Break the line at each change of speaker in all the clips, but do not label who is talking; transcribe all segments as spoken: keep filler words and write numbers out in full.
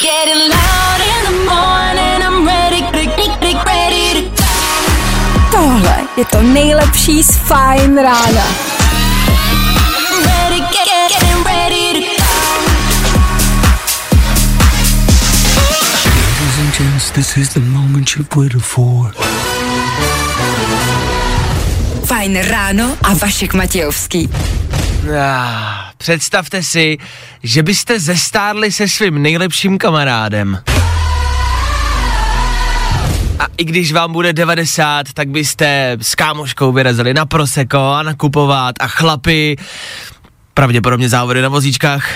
Tohle je to nejlepší z Fajn rána.
This is the moment you've waited for.
Fajn ráno a Vašek Matějovský.
Ah, představte si, že byste zestárli se svým nejlepším kamarádem. A i když vám bude devadesát, tak byste s kámoškou vyrazili na prosecco a nakupovat a chlapi, pravděpodobně závody na vozíčkách.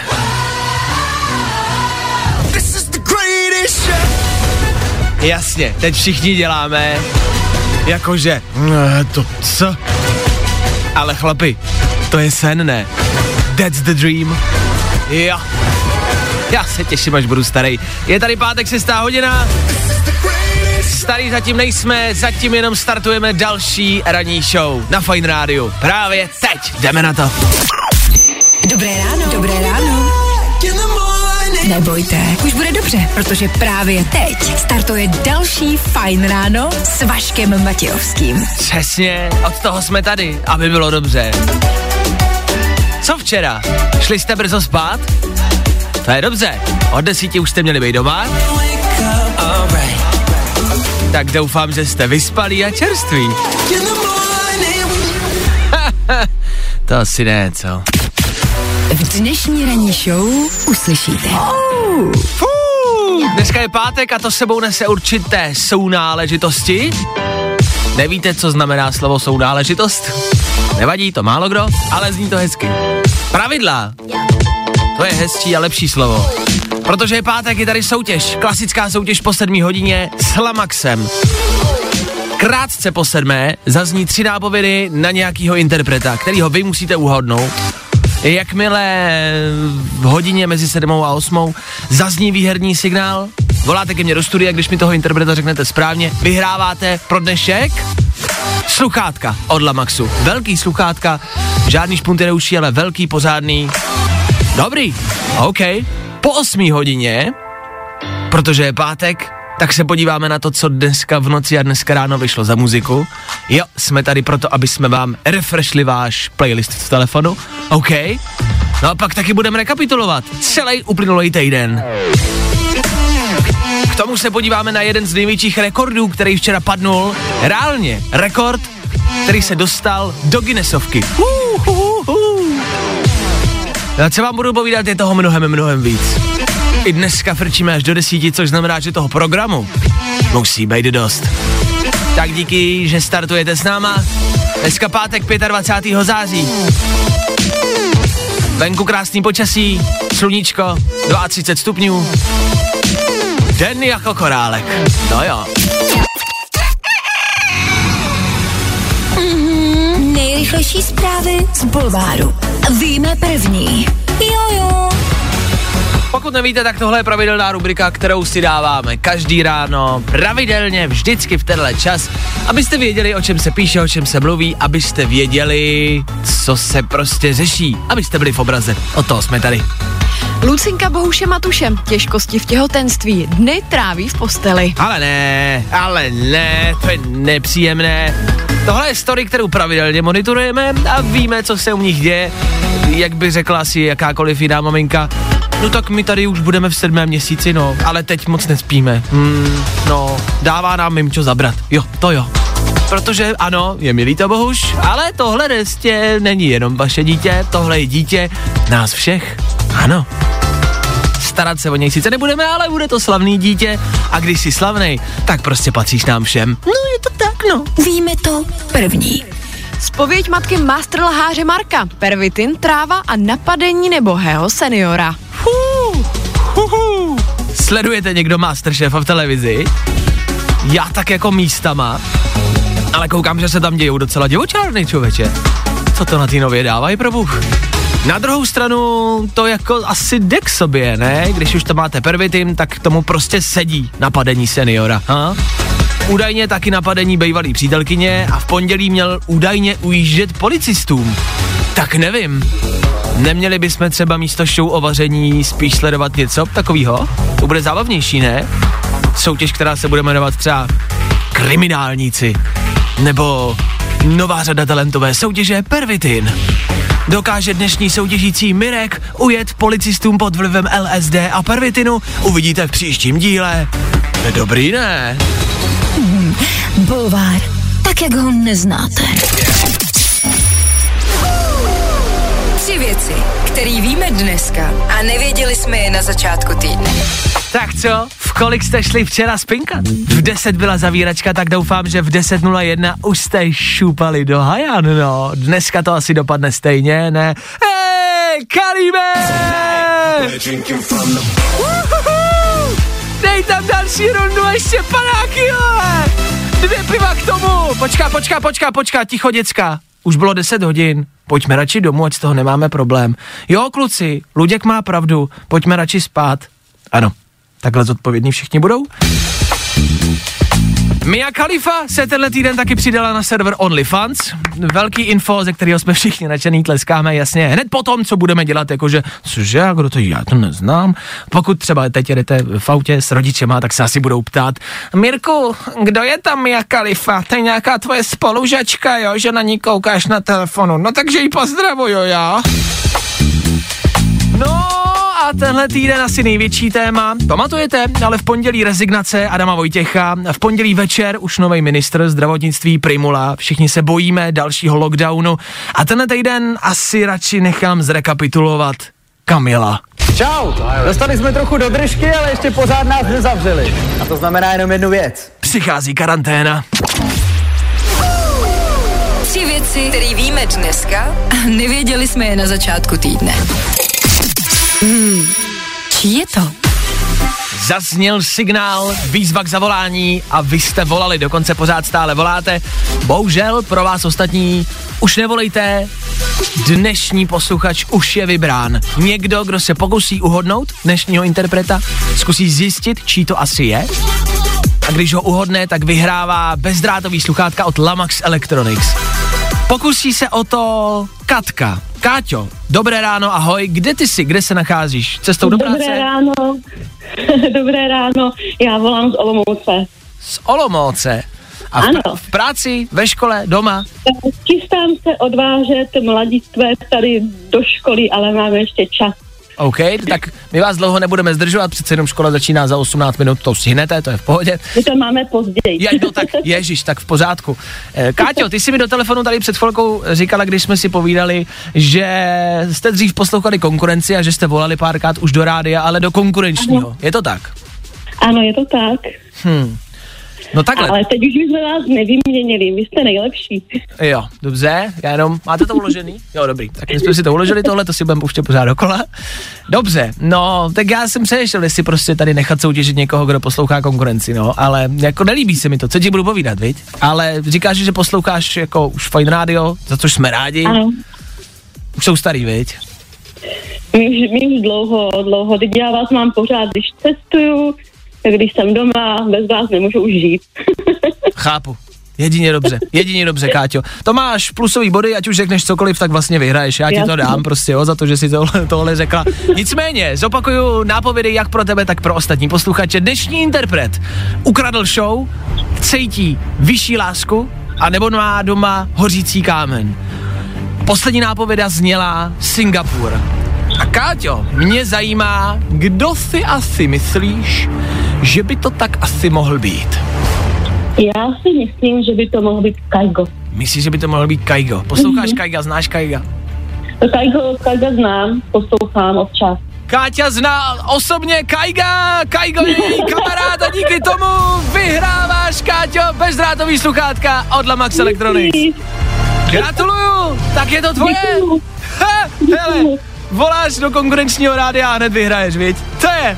Jasně, teď všichni děláme, jakože, to co? Ale chlapi, to je sen, ne? That's the dream. Jo. Já se těším, až budu starý. Je tady pátek, šestá hodina. Starý zatím nejsme, zatím jenom startujeme další ranní show na Fajn rádiu. Právě teď, jdeme na to.
Dobré ráno. Dobré ráno. Nebojte, už bude dobře, protože právě teď startuje další Fajn ráno s Vaškem Matějovským.
Přesně, od toho jsme tady, aby bylo dobře. Co včera? Šli jste brzo spát? To je dobře, od desíti už jste měli být doma. Tak doufám, že jste vyspalí a čerství. To asi ne, co?
V dnešní ranní show uslyšíte.
Oh. Fuh, dneska je pátek a to sebou nese určité sounáležitosti. Nevíte, co znamená slovo sounáležitost? Nevadí, to málo kdo, ale zní to hezky. Pravidla. To je hezčí a lepší slovo. Protože je pátek, je tady soutěž. Klasická soutěž po sedmé hodině s Lamaxem. Krátce po sedmé zazní tři nápovědy na nějakýho interpreta, kterýho vy musíte uhodnout. Jakmile v hodině mezi sedmou a osmou zazní výherní signál, voláte ke mně do studia, když mi toho interpreta řeknete správně, vyhráváte pro dnešek sluchátka od Lamaxu. Velký sluchátka, žádný špunty neuší, ale velký, pořádný. Dobrý, OK. Po osmé hodině, protože je pátek, tak se podíváme na to, co dneska v noci a dneska ráno vyšlo za muziku. Jo, jsme tady proto, aby jsme vám refreshli váš playlist v telefonu. OK. No a pak taky budeme rekapitulovat celý uplynulý týden. K tomu se podíváme na jeden z největších rekordů, který včera padnul. Reálně rekord, který se dostal do Guinnessovky. Uh, uh, uh. A co vám budu povídat, je toho mnohem, mnohem víc. I dneska frčíme až do desíti, což znamená, že toho programu musí být dost. Tak díky, že startujete s náma. Dneska pátek dvacátého pátého září. Venku krásný počasí, sluníčko, třicet dva stupňů. Den jako korálek. No jo.
Mm-hmm, nejrychlejší zprávy z bulváru. Víme první. Jojo.
Pokud nevíte, tak tohle je pravidelná rubrika, kterou si dáváme každý ráno, pravidelně, vždycky v tenhle čas, abyste věděli, o čem se píše, o čem se mluví, abyste věděli, co se prostě řeší, abyste byli v obraze. Od toho jsme tady.
Lucinka Bohuše Matuše, těžkosti v těhotenství, dny tráví v posteli.
Ale ne, ale ne, to je nepříjemné. Tohle je story, kterou pravidelně monitorujeme a víme, co se u nich děje, jak by řekla si jakákoliv jiná maminka. No tak my tady už budeme v sedmém měsíci, no, ale teď moc nespíme. Hmm, no, dává nám mimčo zabrat. Jo, to jo. Protože ano, je mi líto Bohuš, ale tohle prostě není jenom vaše dítě, tohle je dítě nás všech. Ano. Starat se o něj sice nebudeme, ale bude to slavný dítě a když jsi slavnej, tak prostě patříš nám všem. No je to tak, no.
Víme to první.
Zpověď matky master lháře Marka, pervitin, tráva a napadení nebohého seniora.
Hů, hů, hů. Sledujete někdo Masterchefa v televizi? Já tak jako místama, ale koukám, že se tam dějou docela divočárny, člověče. Co to na té nově dávají, pro Bůh? Na druhou stranu to jako asi jde k sobě, ne? Když už to máte pervitin, tak tomu prostě sedí napadení seniora, ha? Údajně taky napadení bývalý přítelkyně a v pondělí měl údajně ujíždět policistům. Tak nevím. Neměli bychom třeba místo show o vaření spíš sledovat něco takového? To bude zábavnější, ne? Soutěž, která se bude jmenovat třeba Kriminálníci. Nebo nová řada talentové soutěže Pervitin. Dokáže dnešní soutěžící Mirek ujet policistům pod vlivem L S D a pervitinu? Uvidíte v příštím díle. Je dobrý, ne?
Hmm, bulvár, tak jak ho neznáte. Tři věci, které víme dneska a nevěděli jsme je na začátku týdne.
Tak co? V kolik jste šli včera spinkat? V deset byla zavíračka, tak doufám, že v deset nula jedna už jste šupali do hajan, no. Dneska to asi dopadne stejně, ne? Hej, Kalíme! Dej tam další rundu, ještě panáky, ale! Dvě piva k tomu! Počká, počká, počká, počká, ticho, děcka. Už bylo deset hodin. Pojďme radši domů, ať z toho nemáme problém. Jo, kluci, Luděk má pravdu, pojďme radši spát. Ano, takhle zodpovědní všichni budou. Mia Khalifa se tenhle týden taky přidala na server OnlyFans. Velký info, ze kterého jsme všichni nadšený, tleskáme jasně hned potom, co budeme dělat, jakože, cože, a kdo to, já to neznám. Pokud třeba teď jedete v autě s rodičema, tak se asi budou ptát, Mirku, kdo je tam Mia Khalifa? To je nějaká tvoje spolužačka, jo, že na ní koukáš na telefonu. No takže jí pozdravuju, jo. No a tenhle týden asi největší téma. Pamatujete, ale v pondělí rezignace Adama Vojtěcha, v pondělí večer už nový ministr zdravotnictví Prymula, všichni se bojíme dalšího lockdownu a tenhle týden asi radši nechám zrekapitulovat Kamila.
Čau, dostali jsme trochu do držky, ale ještě pořád nás nezavřeli. A to znamená jenom jednu věc.
Přichází karanténa.
Tři věci, které víme dneska a nevěděli jsme je na začátku týdne. Hmm, čí je to?
Zazněl signál, výzva k zavolání a vy jste volali, dokonce pořád stále voláte. Bohužel pro vás ostatní už nevolejte, dnešní posluchač už je vybrán. Někdo, kdo se pokusí uhodnout dnešního interpreta, zkusí zjistit, čí to asi je. A když ho uhodne, tak vyhrává bezdrátový sluchátka od Lamax Electronics. Pokusí se o to Katka. Káťo, dobré ráno, ahoj, kde ty jsi, kde se nacházíš? Cestou do práce?
Dobré ráno, dobré ráno, já volám z Olomouce.
Z Olomouce? A v, pr- v práci, ve škole, doma?
Chystám se odvážet mladistvé tady do školy, ale máme ještě čas.
OK, tak my vás dlouho nebudeme zdržovat, přece jenom škola začíná za osmnáct minut, to stihnete, to je v pohodě.
My to máme později.
Je, no tak, ježiš, tak v pořádku. Káťo, ty jsi mi do telefonu tady před chvilkou říkala, když jsme si povídali, že jste dřív poslouchali konkurenci a že jste volali párkrát už do rádia, ale do konkurenčního. Ano. Je to tak?
Ano, je to tak.
Hm. No takhle.
Ale teď už jsme vás nevyměnili, vy jste nejlepší.
Jo, dobře, já jenom, máte to uložený? Jo, dobrý, tak my jsme si to uložili, tohle to si budeme pouštět pořád dokola. Dobře, no, tak já jsem přešel, jestli prostě tady nechat soutěžit někoho, kdo poslouchá konkurenci, no, ale jako nelíbí se mi to, co ti budu povídat, viď? Ale říkáš, že posloucháš jako už Fajn rádio, za což jsme rádi.
Ano.
Už jsou starý, viď?
My už, my už dlouho, dlouho, teď já vás mám pořád, když cestuju, když jsem doma, bez vás nemůžu už žít.
Chápu. Jedině dobře, jedině dobře, Káťo. To máš plusový body, ať už řekneš cokoliv, tak vlastně vyhraješ. Já ti to dám prostě, jo, za to, že si tohle, tohle řekla. Nicméně, zopakuju nápovědy jak pro tebe, tak pro ostatní posluchače. Dnešní interpret ukradl show, cítí vyšší lásku a nebo má doma hořící kámen. Poslední nápověda zněla Singapur. A Káťo, mě zajímá, kdo si asi myslíš, že by to tak asi mohl být?
Já si myslím, že by to mohl být Kaigo.
Myslíš, že by to mohl být Kaigo? Posloucháš mm-hmm. Kaiga, znáš Kaiga?
To Kaigo, Kaiga znám, poslouchám občas.
Káťa zná osobně Kaiga, Kaigo je její kamarád a díky tomu vyhráváš, Káťo, bezdrátový sluchátka od Lamax Electronics. Gratuluju, tak je to tvoje. Ha, hele. Voláš do konkurenčního rádia a hned vyhraješ, viď? To je!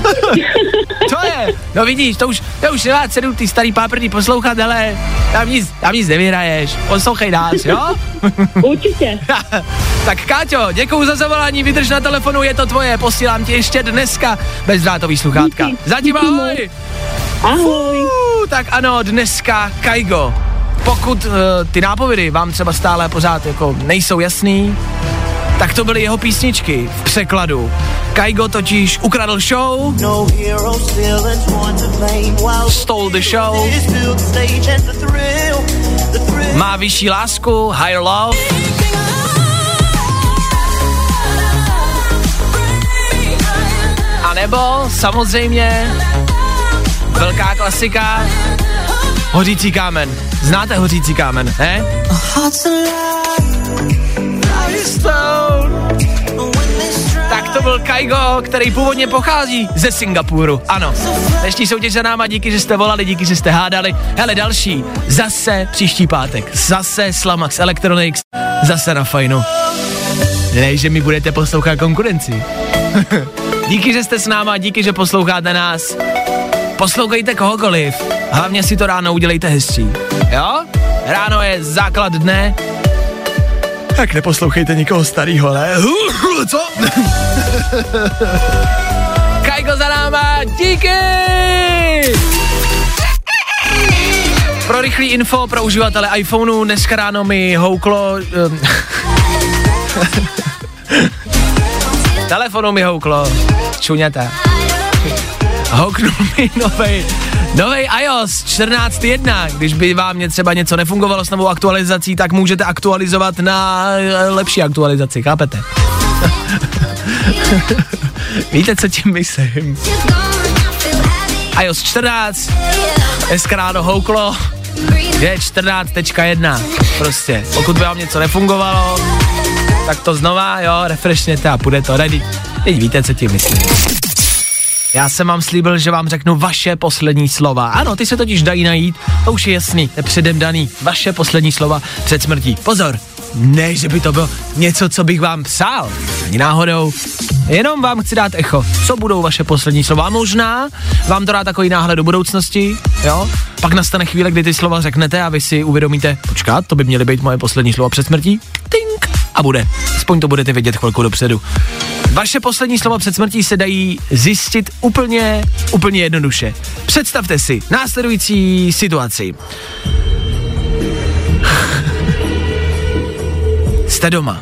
To je! No vidíš, to už, to už nemá cenu ty starý páprdy poslouchat, ale tam nic, tam nic nevyhraješ. Poslouchej nás, jo?
Určitě.
Tak Káťo, děkuju za zavolání, vydrž na telefonu, je to tvoje, posílám ti ještě dneska bezdrátový sluchátka. Zatím ahoj!
Ahoj!
Fuu, tak ano, dneska Kaigo. pokud uh, ty nápovědy vám třeba stále pořád jako nejsou jasný, tak to byly jeho písničky v překladu. Kygo totiž ukradl show, stole the show, má vyšší lásku, higher love. A nebo samozřejmě velká klasika Hořící kámen. Znáte Hořící kámen, ne? Tak to byl Kygo, který původně pochází ze Singapuru. Ano, dnešní soutěž za náma, díky, že jste volali, díky, že jste hádali. Hele, další, zase příští pátek, zase Slamax Electronics, zase na fajnu. Ne, že mi budete poslouchat konkurenci. Díky, že jste s náma, díky, že posloucháte nás. Poslouchejte kohokoliv, hlavně si to ráno udělejte hezčí. Jo? Ráno je základ dne. Tak neposlouchejte nikoho starýho, ne? Co? Kygo za náma, díky! Pro rychlý info pro uživatele iPhoneu dneska ráno mi houklo... Um, telefonu mi houklo. Čuňata. Houknul mi novej, novej iOS čtrnáct tečka jedna. Když by vám ně třeba něco nefungovalo s novou aktualizací, tak můžete aktualizovat na lepší aktualizaci, chápete? Víte, co tím myslím? iOS čtrnáct, dneska ráno houklo, je čtrnáct tečka jedna. Prostě, pokud by vám něco nefungovalo, tak to znova, jo, refreshněte a půjde to ready. Teď víte, co tím myslím. Já jsem vám slíbil, že vám řeknu vaše poslední slova. Ano, ty se totiž dají najít, to už je jasný, je předem daný. Vaše poslední slova před smrtí. Pozor, ne, že by to bylo něco, co bych vám psal, ani náhodou. Jenom vám chci dát echo, co budou vaše poslední slova. Možná vám to dá takový náhled do budoucnosti, jo? Pak nastane chvíle, kdy ty slova řeknete a vy si uvědomíte, počkat, to by měly být moje poslední slova před smrtí. Tink. A bude. Aspoň to budete vědět chvilku dopředu. Vaše poslední slova před smrtí se dají zjistit úplně, úplně jednoduše. Představte si následující situaci. Jste doma.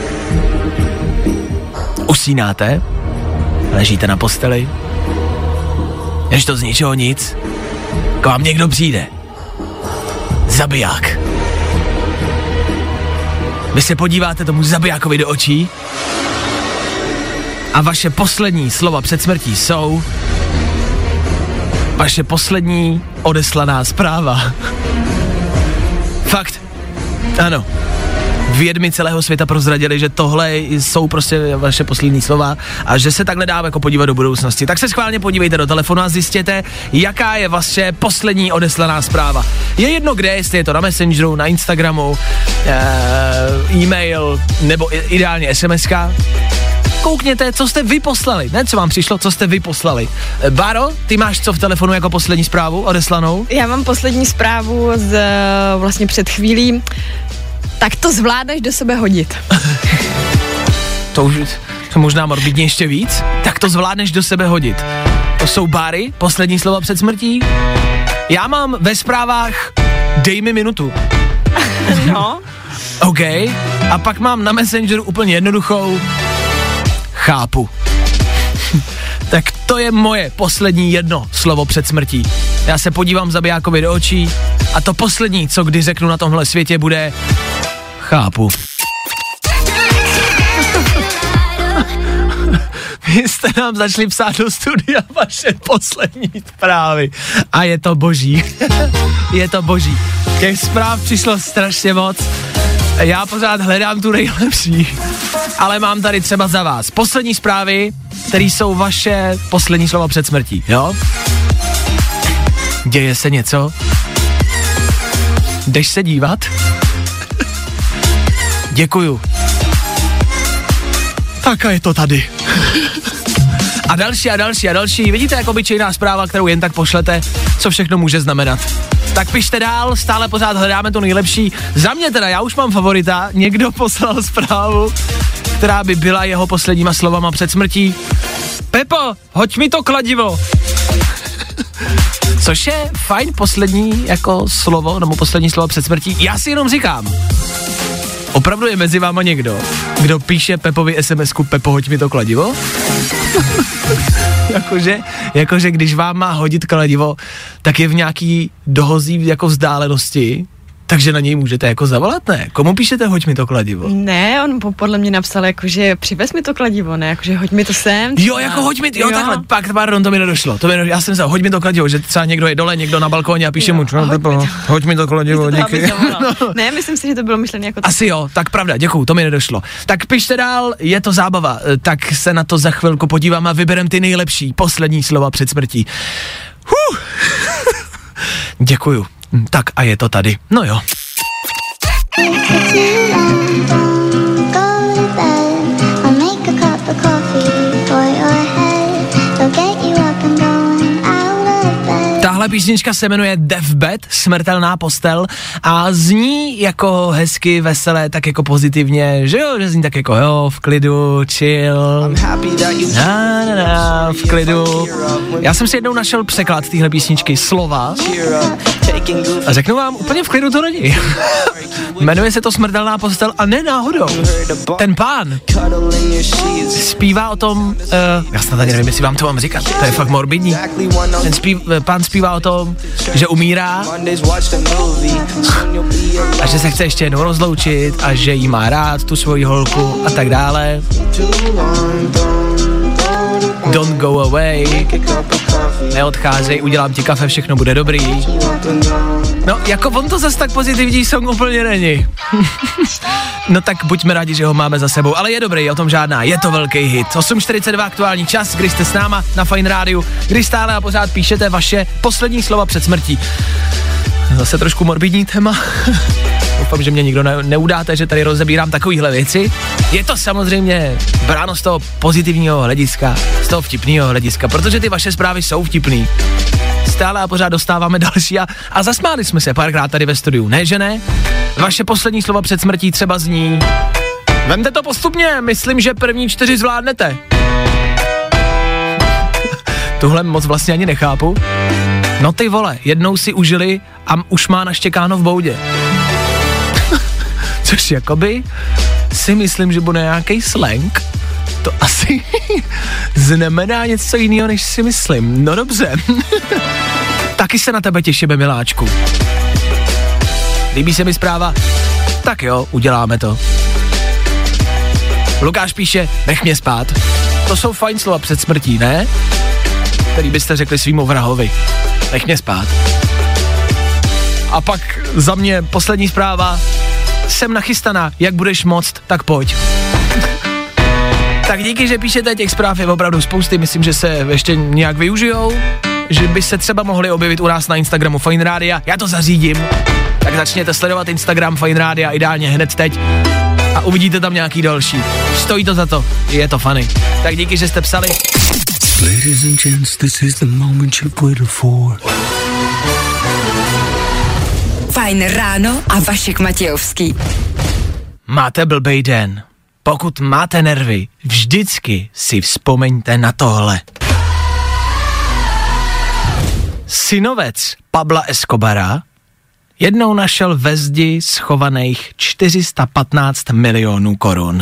Usínáte. Ležíte na posteli. Než to z ničeho nic. K vám někdo přijde. Zabiják. Vy se podíváte tomu zabijákovi do očí a vaše poslední slova před smrtí jsou vaše poslední odeslaná zpráva. Fakt. Ano. Vědmi celého světa prozradili, že tohle jsou prostě vaše poslední slova a že se takhle dá jako podívat do budoucnosti. Tak se schválně podívejte do telefonu a zjistěte, jaká je vaše poslední odeslaná zpráva. Je jedno kde, jestli je to na Messengeru, na Instagramu, e- e-mail nebo ideálně es em eska. Koukněte, co jste vy poslali, ne co vám přišlo, co jste vy poslali. Báro, ty máš co v telefonu jako poslední zprávu odeslanou?
Já mám poslední zprávu z vlastně před chvílí. Tak to zvládneš do sebe hodit.
To už to možná morbidně ještě víc. Tak to zvládneš do sebe hodit. To jsou Báry, poslední slova před smrtí. Já mám ve zprávách dej mi minutu.
No.
OK. A pak mám na Messengeru úplně jednoduchou chápu. Tak to je moje poslední jedno slovo před smrtí. Já se podívám zabijákovi do očí a to poslední, co kdy řeknu na tomhle světě, bude chápu. Vy jste nám začali psát do studia vaše poslední zprávy a je to boží. Je to boží. Těch zpráv přišlo strašně moc. Já pořád hledám tu nejlepší, ale mám tady třeba za vás poslední zprávy, které jsou vaše poslední slova před smrtí, jo? Děje se něco? Jdeš se dívat? Děkuju. Tak a je to tady. A další a další a další. Vidíte, jak obyčejná zpráva, kterou jen tak pošlete, co všechno může znamenat. Tak pište dál, stále pořád hledáme to nejlepší. Za mě teda, já už mám favorita. Někdo poslal zprávu, která by byla jeho posledníma slovama před smrtí. Pepo, hoď mi to kladivo. Což je fajn poslední jako slovo, nebo poslední slovo před smrtí. Já si jenom říkám, opravdu je mezi váma někdo, kdo píše Pepovi es em esku Pepo, hoď mi to kladivo? jakože, jakože když vám má hodit kladivo, tak je v nějaký dohozí jako vzdálenosti, takže na něj můžete jako zavolat, ne? Komu píšete hoď mi to kladivo?
Ne, on podle mě napsal jako, že přivez mi to kladivo, ne? Jakože hoď mi to sem. Třeba.
Jo, jako hoď mi, jo, jo. takhle, pak, pardon, to mi nedošlo. To mi nedošlo. Já jsem říkal, hoď mi to kladivo, že třeba někdo je dole, někdo na balkóně a píše jo, mu, no, hoď, mi to, hoď mi to kladivo, díky.
No. Ne, myslím si, že to bylo myšlené jako to.
Asi jo, tak pravda, děkuju, to mi nedošlo. Tak pište dál, je to zábava, tak se na to za chvilku podívám a vyberem ty nejlepší, poslední slova před smrtí. Huh. Děkuju. Tak a je to tady. No jo. Tahle písnička se jmenuje Deathbed, smrtelná postel a zní jako hezky, veselé, tak jako pozitivně, že jo, že zní tak jako jo, v klidu, chill, na, na, na, v klidu. Já jsem si jednou našel překlad téhle písničky, slova a řeknu vám, úplně v klidu to není. Jmenuje se to Smrtelná postel a ne náhodou. Ten pán zpívá o tom, uh, já snad ani nevím, jestli vám to mám říkat, to je fakt morbidní. Ten zpív, pán zpívá o tom, že umírá a že se chce ještě jednou rozloučit a že jí má rád, tu svoji holku a tak dále. Don't go away, neodcházej, udělám ti kafe, všechno bude dobrý. No, jako on to zase tak pozitivní song úplně není. No tak buďme rádi, že ho máme za sebou, ale je dobrý, o tom žádná, je to velký hit. osm čtyřicet dva aktuální čas, kdy jste s náma na Fajn rádiu, kdy stále a pořád píšete vaše poslední slova před smrtí. Zase trošku morbidní téma. Doufám, že mě nikdo ne- neudáte, že tady rozebírám takovýhle věci. Je to samozřejmě bráno z toho pozitivního hlediska, z toho vtipného hlediska, protože ty vaše zprávy jsou vtipný. Stále a pořád dostáváme další a, a zasmáli jsme se párkrát tady ve studiu, ne že ne? Vaše poslední slova před smrtí třeba zní: vemte to postupně, myslím, že první čtyři zvládnete. Tuhle moc vlastně ani nechápu. No ty vole, jednou si užili a už má naštěkáno v boudě. Což jakoby si myslím, že bude nějaký slang. To asi znamená něco jiného, než si myslím. No dobře. Taky se na tebe těšíme, miláčku. Líbí se mi zpráva? Tak jo, uděláme to. Lukáš píše, nech mě spát. To jsou fajn slova před smrtí, ne? Který byste řekli svýmu vrahovi. Nech mě spát. A pak za mě poslední zpráva. Jsem nachystaná, jak budeš moct, tak pojď. Tak díky, že píšete, těch zpráv je opravdu spousty, myslím, že se ještě nějak využijou, že by se třeba mohli objevit u nás na Instagramu Fajn Rádia, já to zařídím, tak začněte sledovat Instagram Fajn Rádia ideálně hned teď a uvidíte tam nějaký další. Stojí to za to, je to funny. Tak díky, že jste psali.
Ladies and gents, this is the moment you've waited for.
Fajn ráno a Vašek Matějovský.
Máte blbej den. Pokud máte nervy, vždycky si vzpomeňte na tohle. Synovec Pabla Escobara jednou našel ve zdi schovaných čtyři sta patnáct milionů korun.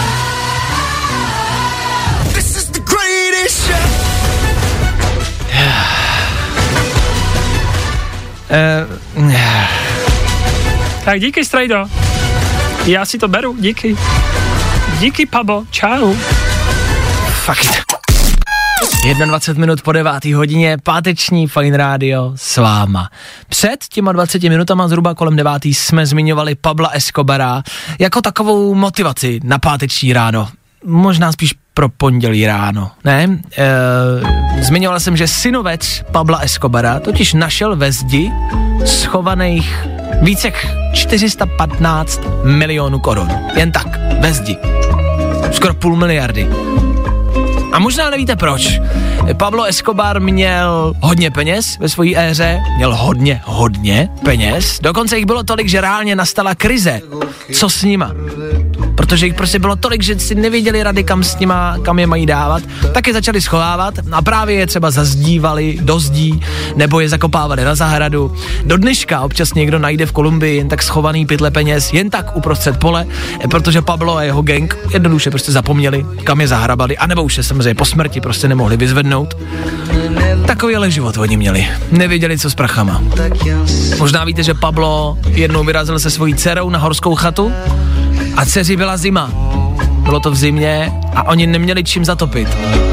Uh,
tak díky, Strejdo. Já si to beru, díky. Díky, Pabo, čau.
Fakt. dvacet jedna minut po devátý hodině, páteční Fajn rádio s váma. Před těma dvaceti minutama, zhruba kolem devátý, jsme zmiňovali Pabla Escobara jako takovou motivaci na páteční ráno. Možná spíš pro pondělí ráno, ne? E, zmiňoval jsem, že synovec Pabla Escobara totiž našel ve zdi schovaných více jak čtyři sta patnáct milionů korun. Jen tak, ve zdi. Skoro půl miliardy. A možná nevíte proč. Pablo Escobar měl hodně peněz ve své éře, měl hodně, hodně peněz. Dokonce jich bylo tolik, že reálně nastala krize. Co s nima? protože jich prostě bylo tolik, že si nevěděli rady, kam s nima, kam je mají dávat, tak je začali schovávat a právě je třeba zazdívali do zdí, nebo je zakopávali na zahradu. Do dneška občas někdo najde v Kolumbii jen tak schovaný pytle peněz, jen tak uprostřed pole, protože Pablo a jeho gang jednoduše prostě zapomněli, kam je zahrabali, anebo už je samozřejmě po smrti prostě nemohli vyzvednout. Takovýhle život oni měli. Nevěděli, co s prachama. Možná víte, že Pablo jednou vyrazil se svojí dcerou na horskou chatu a dceři byla zima. Bylo to v zimě a oni neměli čím zatopit.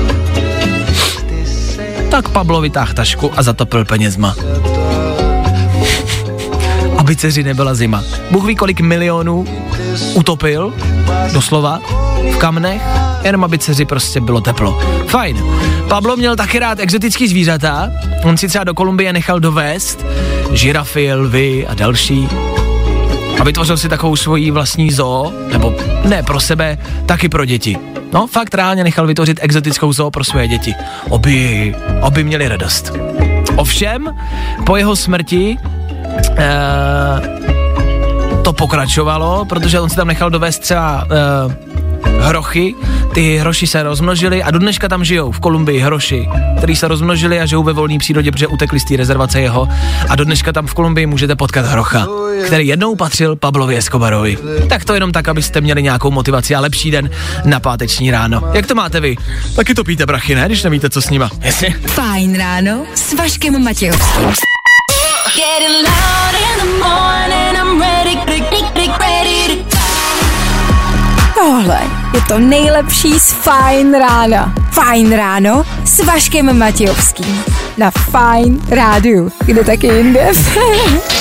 Tak Pablo vytáhl tašku a zatopil penězma. Aby dceři nebyla zima. Bůh ví, kolik milionů utopil, doslova, v kamnech, jenom aby dceři prostě bylo teplo. Fajn. Pablo měl taky rád exotický zvířata, on si třeba do Kolumbie nechal dovést žirafy, lvy a další. A vytvořil si takovou svoji vlastní zoo, nebo ne pro sebe, taky pro děti. No, fakt reálně nechal vytvořit exotickou zoo pro svoje děti. Oby, oby měli radost. Ovšem, po jeho smrti eh, to pokračovalo, protože on si tam nechal dovést třeba eh, hrochy, ty hroši se rozmnožily a do dneška tam žijou v Kolumbii hroši, který se rozmnožili a žijou ve volné přírodě, protože utekli z té rezervace jeho a do dneška tam v Kolumbii můžete potkat hrocha, který jednou patřil Pablovi Escobarovi. Tak to jenom tak, abyste měli nějakou motivaci a lepší den na páteční ráno. Jak to máte vy? Taky to píte brachy, ne? Když nevíte, co s nima. Jestli?
Fajn ráno s Vaškem Matějovským. Tohle je to nejlepší z Fajn rána. Fajn ráno s Vaškem Matějovským. Na Fajn rádiu. Kde taky jinde?